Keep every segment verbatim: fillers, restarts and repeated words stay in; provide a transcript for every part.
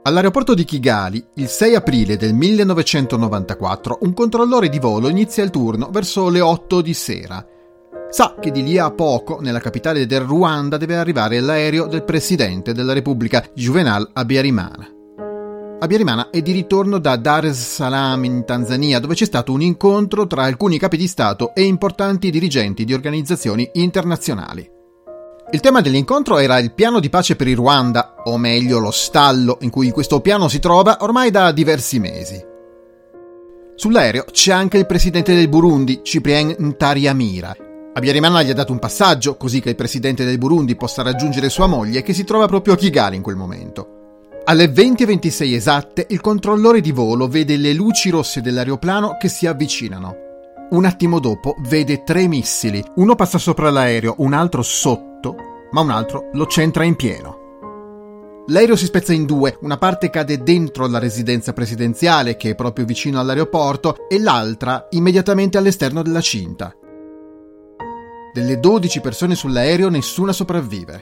All'aeroporto di Kigali, il sei aprile del millenovecentonovantaquattro, un controllore di volo inizia il turno verso le otto di sera. Sa che di lì a poco, nella capitale del Ruanda, deve arrivare l'aereo del presidente della Repubblica, Juvenal Habyarimana. Habyarimana è di ritorno da Dar es Salaam in Tanzania, dove c'è stato un incontro tra alcuni capi di Stato e importanti dirigenti di organizzazioni internazionali. Il tema dell'incontro era il piano di pace per il Ruanda, o meglio lo stallo in cui questo piano si trova ormai da diversi mesi. Sull'aereo c'è anche il presidente del Burundi, Cyprien Ntaryamira. Habyarimana gli ha dato un passaggio così che il presidente del Burundi possa raggiungere sua moglie, che si trova proprio a Kigali in quel momento. Alle venti e ventisei esatte il controllore di volo vede le luci rosse dell'aeroplano che si avvicinano. Un attimo dopo vede tre missili, uno passa sopra l'aereo, un altro sotto, ma un altro lo centra in pieno. L'aereo si spezza in due, una parte cade dentro la residenza presidenziale, che è proprio vicino all'aeroporto, e l'altra immediatamente all'esterno della cinta. Delle dodici persone sull'aereo nessuna sopravvive.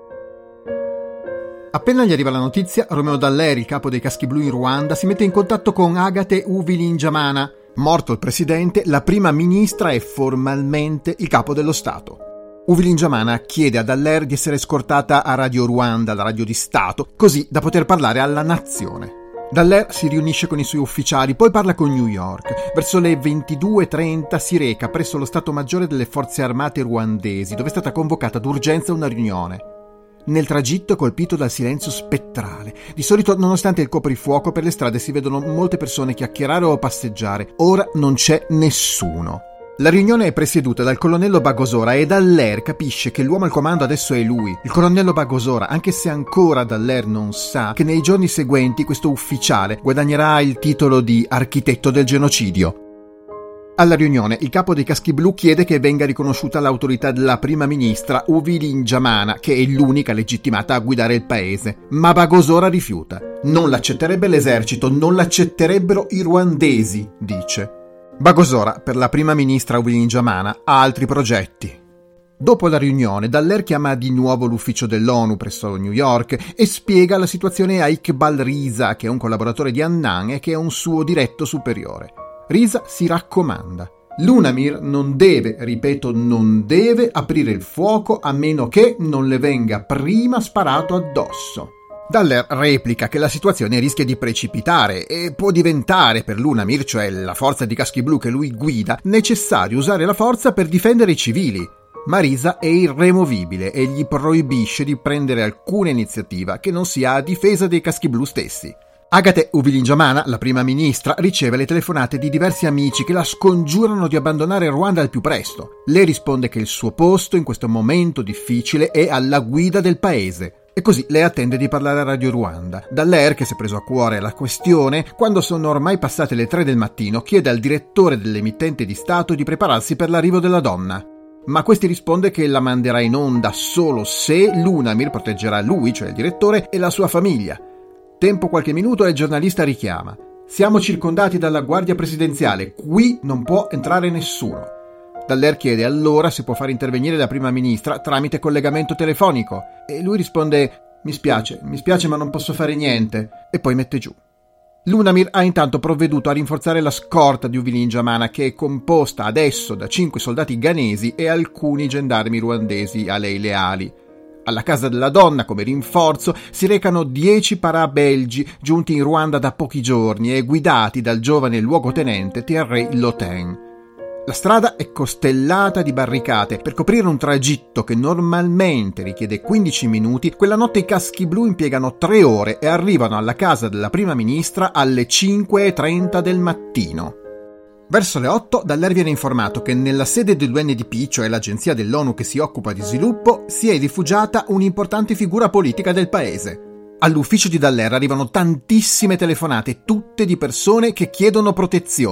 Appena gli arriva la notizia, Romeo Dallaire, il capo dei caschi blu in Ruanda, si mette in contatto con Agate Uwilingiyimana. Morto il presidente, la prima ministra è formalmente il capo dello Stato. Uwilingiyimana chiede a Dallaire di essere scortata a Radio Ruanda, la radio di Stato, così da poter parlare alla nazione. Dallaire si riunisce con i suoi ufficiali, poi parla con New York. Verso le ventidue e trenta si reca presso lo Stato Maggiore delle Forze Armate ruandesi, dove è stata convocata d'urgenza una riunione. Nel tragitto è colpito dal silenzio spettrale. Di solito, nonostante il coprifuoco, per le strade si vedono molte persone chiacchierare o passeggiare. Ora non c'è nessuno. La riunione è presieduta dal colonnello Bagosora e Dallaire capisce che l'uomo al comando adesso è lui, il colonnello Bagosora, anche se ancora Dallaire non sa che nei giorni seguenti questo ufficiale guadagnerà il titolo di architetto del genocidio. Alla riunione il capo dei caschi blu chiede che venga riconosciuta l'autorità della prima ministra Uwilingiyimana, che è l'unica legittimata a guidare il paese, ma Bagosora rifiuta. Non l'accetterebbe l'esercito, non l'accetterebbero i ruandesi, dice. Bagosora, per la prima ministra Uwilingiyimana, ha altri progetti. Dopo la riunione, Dallaire chiama di nuovo l'ufficio dell'ONU presso New York e spiega la situazione a Iqbal Risa, che è un collaboratore di Annan e che è un suo diretto superiore. Risa si raccomanda. L'UNAMIR non deve, ripeto, non deve aprire il fuoco a meno che non le venga prima sparato addosso. Dallaire replica che la situazione rischia di precipitare e può diventare per l'UNAMIR, cioè la forza di caschi blu che lui guida, necessario usare la forza per difendere i civili. Ma Risa è irremovibile e gli proibisce di prendere alcuna iniziativa che non sia a difesa dei caschi blu stessi. Agate Uwilingiyimana, la prima ministra, riceve le telefonate di diversi amici che la scongiurano di abbandonare il Ruanda al più presto. Lei risponde che il suo posto in questo momento difficile è alla guida del paese. E così lei attende di parlare a Radio Ruanda. Dallaire, che si è preso a cuore la questione, quando sono ormai passate le tre del mattino, chiede al direttore dell'emittente di Stato di prepararsi per l'arrivo della donna. Ma questi risponde che la manderà in onda solo se l'UNAMIR proteggerà lui, cioè il direttore, e la sua famiglia. Tempo qualche minuto e il giornalista richiama. Siamo circondati dalla guardia presidenziale, qui non può entrare nessuno. Dallaire chiede allora se può far intervenire la prima ministra tramite collegamento telefonico e lui risponde: mi spiace, mi spiace ma non posso fare niente, e poi mette giù. L'UNAMIR ha intanto provveduto a rinforzare la scorta di Uwilingiyimana, che è composta adesso da cinque soldati ghanesi e alcuni gendarmi ruandesi a lei leali. Alla casa della donna, come rinforzo, si recano dieci parabelgi giunti in Ruanda da pochi giorni e guidati dal giovane luogotenente Thierry Lotin. La strada è costellata di barricate. Per coprire un tragitto che normalmente richiede quindici minuti, quella notte i caschi blu impiegano tre ore e arrivano alla casa della prima ministra alle cinque e trenta del mattino. Verso le otto, Dallaire viene informato che nella sede dell'U N D P, cioè l'agenzia dell'ONU che si occupa di sviluppo, si è rifugiata un'importante figura politica del paese. All'ufficio di Dallaire arrivano tantissime telefonate, tutte di persone che chiedono protezione.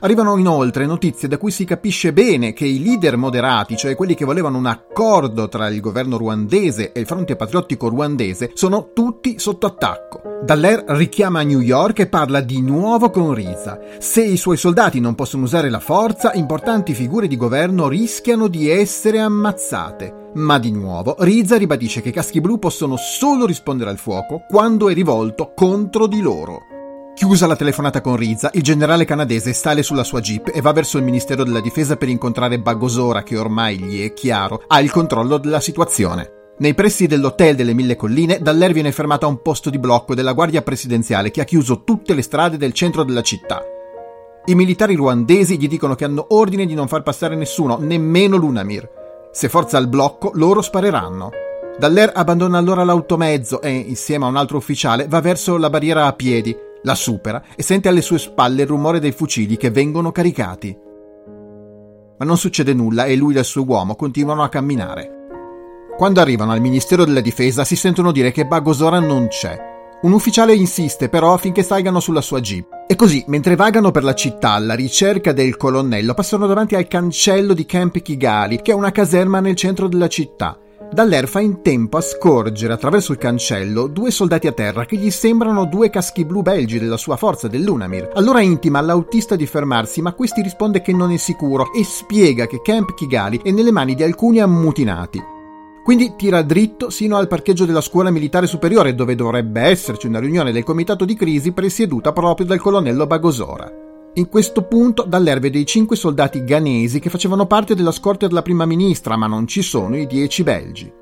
Arrivano inoltre notizie da cui si capisce bene che i leader moderati, cioè quelli che volevano un accordo tra il governo ruandese e il fronte patriottico ruandese, sono tutti sotto attacco. Dallaire richiama New York e parla di nuovo con Riza. Se i suoi soldati non possono usare la forza, importanti figure di governo rischiano di essere ammazzate. Ma di nuovo Riza ribadisce che i caschi blu possono solo rispondere al fuoco quando è rivolto contro di loro. Chiusa la telefonata con Riza, il generale canadese sale sulla sua jeep e va verso il Ministero della Difesa per incontrare Bagosora, che ormai gli è chiaro ha il controllo della situazione. Nei pressi dell'Hotel delle Mille Colline, Dallaire viene fermato a un posto di blocco della Guardia Presidenziale che ha chiuso tutte le strade del centro della città. I militari ruandesi gli dicono che hanno ordine di non far passare nessuno, nemmeno l'UNAMIR. Se forza il blocco, loro spareranno. Dallaire abbandona allora l'automezzo e, insieme a un altro ufficiale, va verso la barriera a piedi. La supera e sente alle sue spalle il rumore dei fucili che vengono caricati. Ma non succede nulla e lui e il suo uomo continuano a camminare. Quando arrivano al Ministero della Difesa si sentono dire che Bagosora non c'è. Un ufficiale insiste però affinché salgano sulla sua jeep. E così, mentre vagano per la città alla ricerca del colonnello, passano davanti al cancello di Camp Kigali, che è una caserma nel centro della città. Dallaire fa in tempo a scorgere attraverso il cancello due soldati a terra che gli sembrano due caschi blu belgi della sua forza, dell'UNAMIR. Allora intima all'autista di fermarsi, ma questi risponde che non è sicuro e spiega che Camp Kigali è nelle mani di alcuni ammutinati. Quindi tira dritto sino al parcheggio della scuola militare superiore, dove dovrebbe esserci una riunione del comitato di crisi presieduta proprio dal colonnello Bagosora. In questo punto Dallaire vede i cinque soldati ghanesi che facevano parte della scorta della prima ministra, ma non ci sono i dieci belgi.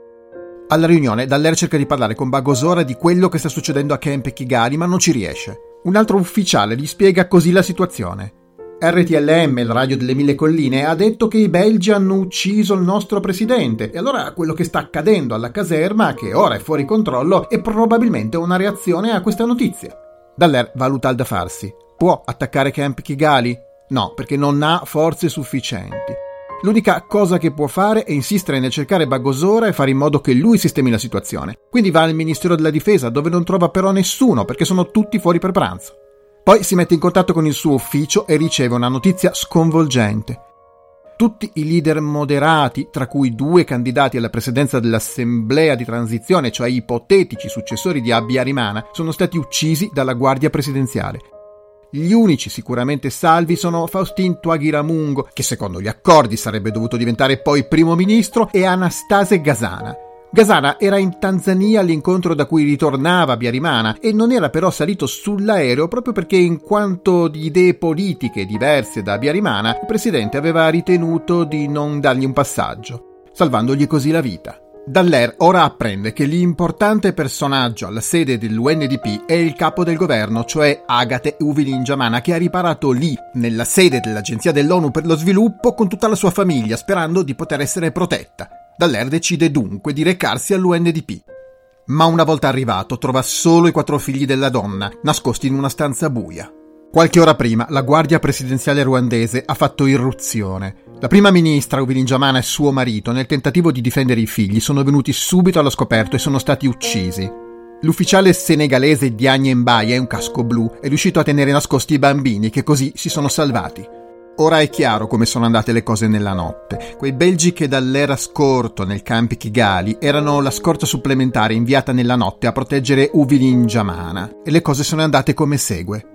Alla riunione Dallaire cerca di parlare con Bagosora di quello che sta succedendo a Camp Kigali, ma non ci riesce. Un altro ufficiale gli spiega così la situazione. R T L M, il radio delle Mille Colline, ha detto che i belgi hanno ucciso il nostro presidente e allora quello che sta accadendo alla caserma, che ora è fuori controllo, è probabilmente una reazione a questa notizia. Dallaire valuta da farsi. Può attaccare Camp Kigali? No, perché non ha forze sufficienti. L'unica cosa che può fare è insistere nel cercare Bagosora e fare in modo che lui sistemi la situazione. Quindi va al Ministero della Difesa, dove non trova però nessuno, perché sono tutti fuori per pranzo. Poi si mette in contatto con il suo ufficio e riceve una notizia sconvolgente. Tutti i leader moderati, tra cui due candidati alla presidenza dell'Assemblea di transizione, cioè ipotetici successori di Habyarimana, sono stati uccisi dalla Guardia Presidenziale. Gli unici sicuramente salvi sono Faustin Twagiramungu, che secondo gli accordi sarebbe dovuto diventare poi primo ministro, e Anastase Gazana. Gazana era in Tanzania all'incontro da cui ritornava Habyarimana e non era però salito sull'aereo proprio perché, in quanto di idee politiche diverse da Habyarimana, il presidente aveva ritenuto di non dargli un passaggio, salvandogli così la vita. Dallaire ora apprende che l'importante personaggio alla sede dell'U N D P è il capo del governo, cioè Agate Uwilinjamana, che ha riparato lì, nella sede dell'Agenzia dell'ONU per lo sviluppo, con tutta la sua famiglia, sperando di poter essere protetta. Dallaire decide dunque di recarsi all'U N D P. Ma una volta arrivato trova solo i quattro figli della donna, nascosti in una stanza buia. Qualche ora prima la Guardia Presidenziale ruandese ha fatto irruzione. La prima ministra Uwilinjamana e suo marito, nel tentativo di difendere i figli, sono venuti subito allo scoperto e sono stati uccisi. L'ufficiale senegalese Diagne Mbaye, un casco blu, è riuscito a tenere nascosti i bambini, che così si sono salvati. Ora è chiaro come sono andate le cose nella notte. Quei belgi che dall'era scorto nel camp Kigali erano la scorta supplementare inviata nella notte a proteggere Uwilinjamana, e le cose sono andate come segue.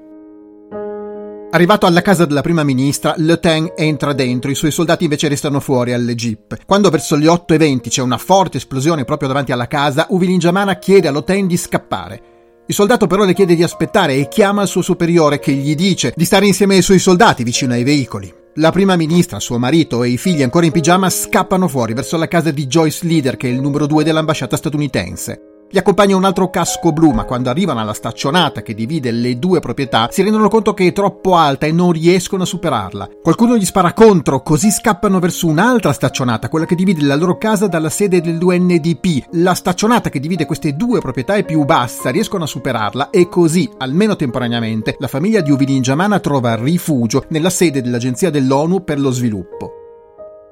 Arrivato alla casa della prima ministra, Le Ten entra dentro, i suoi soldati invece restano fuori alle jeep. Quando verso le otto e venti c'è una forte esplosione proprio davanti alla casa, Uwilinjamana chiede a Le Ten di scappare. Il soldato però le chiede di aspettare e chiama il suo superiore, che gli dice di stare insieme ai suoi soldati vicino ai veicoli. La prima ministra, suo marito e i figli ancora in pigiama scappano fuori verso la casa di Joyce Leader, che è il numero due dell'ambasciata statunitense. Gli accompagna un altro casco blu, ma quando arrivano alla staccionata che divide le due proprietà si rendono conto che è troppo alta e non riescono a superarla. Qualcuno gli spara contro, così scappano verso un'altra staccionata, quella che divide la loro casa dalla sede dell'U N D P. La staccionata che divide queste due proprietà è più bassa, riescono a superarla e così, almeno temporaneamente, la famiglia di Uwilinjamana trova rifugio nella sede dell'Agenzia dell'ONU per lo sviluppo.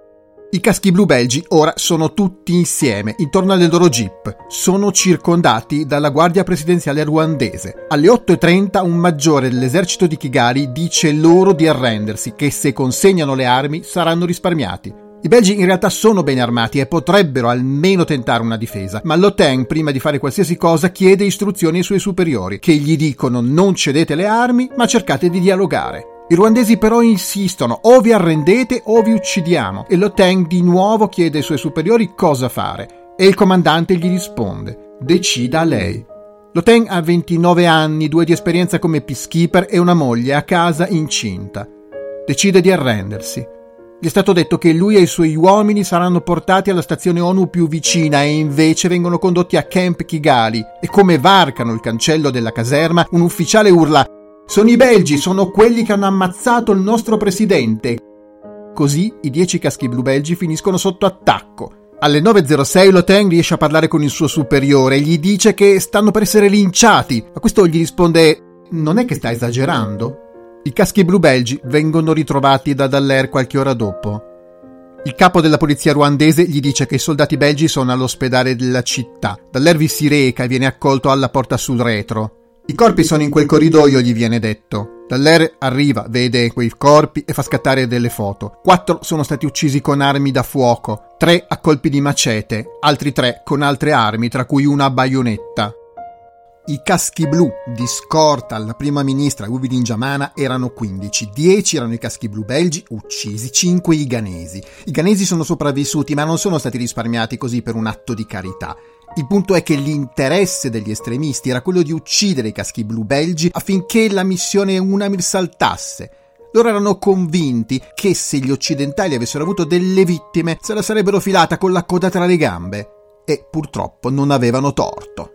I caschi blu belgi ora sono tutti insieme, intorno alle loro jeep. Sono circondati dalla guardia presidenziale ruandese. Alle otto e trenta un maggiore dell'esercito di Kigali dice loro di arrendersi, che se consegnano le armi saranno risparmiati. I belgi in realtà sono ben armati e potrebbero almeno tentare una difesa, ma l'O T A N, prima di fare qualsiasi cosa, chiede istruzioni ai suoi superiori, che gli dicono non cedete le armi, ma cercate di dialogare. I ruandesi però insistono, o vi arrendete o vi uccidiamo, e l'O T A N di nuovo chiede ai suoi superiori cosa fare, e il comandante gli risponde: decida lei. L'O T A N ha ventinove anni, due di esperienza come peacekeeper e una moglie a casa incinta. Decide di arrendersi. Gli è stato detto che lui e i suoi uomini saranno portati alla stazione ONU più vicina e invece vengono condotti a Camp Kigali, e come varcano il cancello della caserma un ufficiale urla: sono i belgi, sono quelli che hanno ammazzato il nostro presidente. Così i dieci caschi blu belgi finiscono sotto attacco. Alle nove e zero sei l'O T A N riesce a parlare con il suo superiore e gli dice che stanno per essere linciati. A questo gli risponde: non è che sta esagerando? I caschi blu belgi vengono ritrovati da Dallaire qualche ora dopo. Il capo della polizia ruandese gli dice che i soldati belgi sono all'ospedale della città. Dallaire vi si reca e viene accolto alla porta sul retro. I corpi sono in quel corridoio, gli viene detto. Dallaire arriva, vede quei corpi e fa scattare delle foto. Quattro sono stati uccisi con armi da fuoco, tre a colpi di macete, altri tre con altre armi, tra cui una baionetta. I caschi blu di scorta alla prima ministra Uvili N'Djamena erano quindici, dieci erano i caschi blu belgi uccisi, cinque i ghanesi. I ghanesi sono sopravvissuti, ma non sono stati risparmiati così per un atto di carità. Il punto è che l'interesse degli estremisti era quello di uccidere i caschi blu belgi affinché la missione UNAMIR saltasse. Loro erano convinti che se gli occidentali avessero avuto delle vittime se la sarebbero filata con la coda tra le gambe, e purtroppo non avevano torto.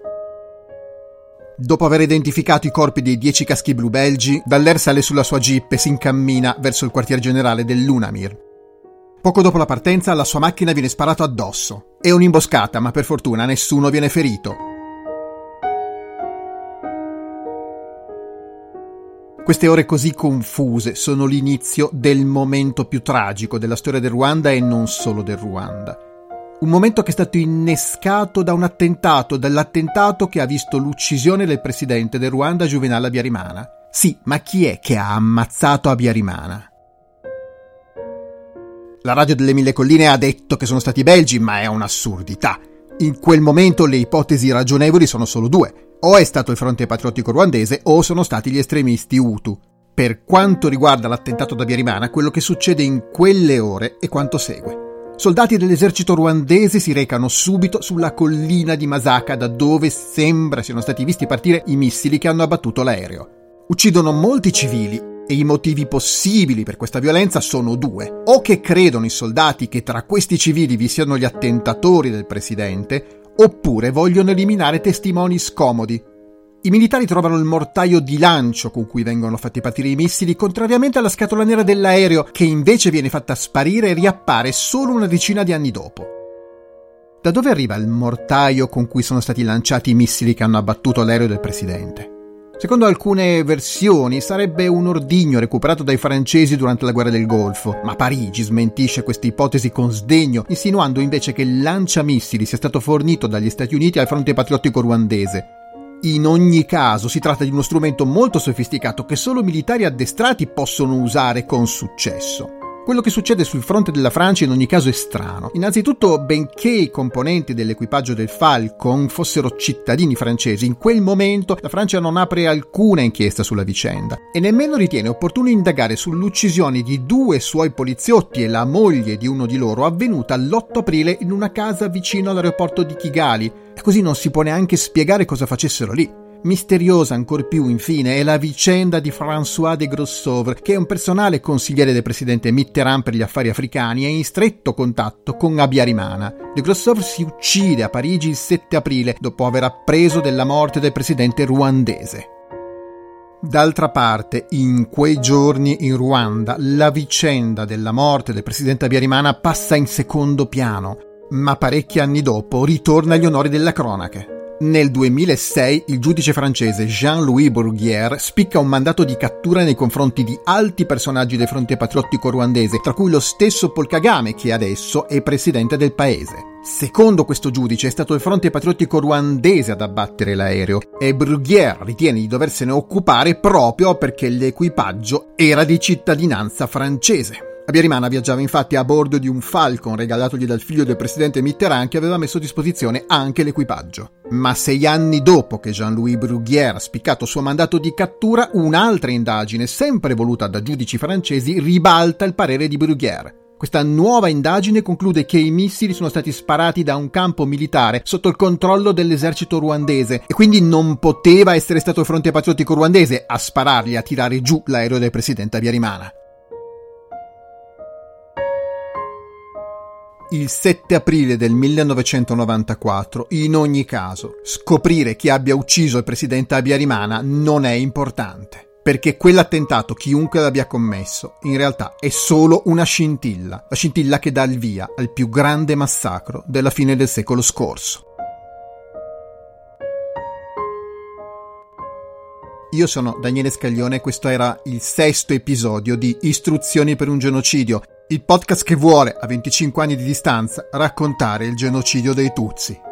Dopo aver identificato i corpi dei dieci caschi blu belgi, Dallaire sale sulla sua jeep e si incammina verso il quartier generale dell'UNAMIR. Poco dopo la partenza, alla sua macchina viene sparato addosso. È un'imboscata, ma per fortuna nessuno viene ferito. Queste ore così confuse sono l'inizio del momento più tragico della storia del Ruanda e non solo del Ruanda. Un momento che è stato innescato da un attentato, dall'attentato che ha visto l'uccisione del presidente del Ruanda, Juvenal Habyarimana. Sì, ma chi è che ha ammazzato Habyarimana? La radio delle Mille Colline ha detto che sono stati i belgi, ma è un'assurdità. In quel momento le ipotesi ragionevoli sono solo due. O è stato il Fronte Patriottico Ruandese o sono stati gli estremisti Hutu. Per quanto riguarda l'attentato ad Habyarimana, quello che succede in quelle ore è quanto segue. Soldati dell'esercito ruandese si recano subito sulla collina di Masaka, da dove sembra siano stati visti partire i missili che hanno abbattuto l'aereo. Uccidono molti civili e i motivi possibili per questa violenza sono due: o che credono i soldati che tra questi civili vi siano gli attentatori del presidente, oppure vogliono eliminare testimoni scomodi. I militari trovano il mortaio di lancio con cui vengono fatti partire i missili, contrariamente alla scatola nera dell'aereo, che invece viene fatta sparire e riappare solo una decina di anni dopo. Da dove arriva il mortaio con cui sono stati lanciati i missili che hanno abbattuto l'aereo del presidente? Secondo alcune versioni sarebbe un ordigno recuperato dai francesi durante la guerra del Golfo, ma Parigi smentisce questa ipotesi con sdegno, insinuando invece che il lanciamissili sia stato fornito dagli Stati Uniti al Fronte Patriottico Ruandese. In ogni caso si tratta di uno strumento molto sofisticato che solo militari addestrati possono usare con successo. Quello che succede sul fronte della Francia in ogni caso è strano. Innanzitutto, benché i componenti dell'equipaggio del Falcon fossero cittadini francesi, in quel momento la Francia non apre alcuna inchiesta sulla vicenda e nemmeno ritiene opportuno indagare sull'uccisione di due suoi poliziotti e la moglie di uno di loro, avvenuta l'otto aprile in una casa vicino all'aeroporto di Kigali, e così non si può neanche spiegare cosa facessero lì. Misteriosa ancor più, infine, è la vicenda di François de Grossouvre, che è un personale consigliere del presidente Mitterrand per gli affari africani e in stretto contatto con Habyarimana. De Grossouvre si uccide a Parigi il sette aprile, dopo aver appreso della morte del presidente ruandese. D'altra parte, in quei giorni in Ruanda, la vicenda della morte del presidente Habyarimana passa in secondo piano, ma parecchi anni dopo ritorna agli onori della cronaca. Nel duemilasei il giudice francese Jean-Louis Bruguière spicca un mandato di cattura nei confronti di alti personaggi del fronte patriottico ruandese, tra cui lo stesso Paul Kagame, che adesso è presidente del paese. Secondo questo giudice è stato il fronte patriottico ruandese ad abbattere l'aereo e Bruguière ritiene di doversene occupare proprio perché l'equipaggio era di cittadinanza francese. Habyarimana viaggiava infatti a bordo di un Falcon regalatogli dal figlio del presidente Mitterrand, che aveva messo a disposizione anche l'equipaggio. Ma sei anni dopo che Jean-Louis Bruguière ha spiccato il suo mandato di cattura, un'altra indagine, sempre voluta da giudici francesi, ribalta il parere di Bruguière. Questa nuova indagine conclude che i missili sono stati sparati da un campo militare sotto il controllo dell'esercito ruandese e quindi non poteva essere stato il fronte patriottico ruandese a spararli e a tirare giù l'aereo del presidente Habyarimana. Il sette aprile del millenovecentonovantaquattro, in ogni caso, scoprire chi abbia ucciso il presidente Habyarimana non è importante, perché quell'attentato, chiunque l'abbia commesso, in realtà è solo una scintilla, la scintilla che dà il via al più grande massacro della fine del secolo scorso. Io sono Daniele Scaglione e questo era il sesto episodio di Istruzioni per un genocidio, il podcast che vuole, a venticinque anni di distanza, raccontare il genocidio dei Tutsi.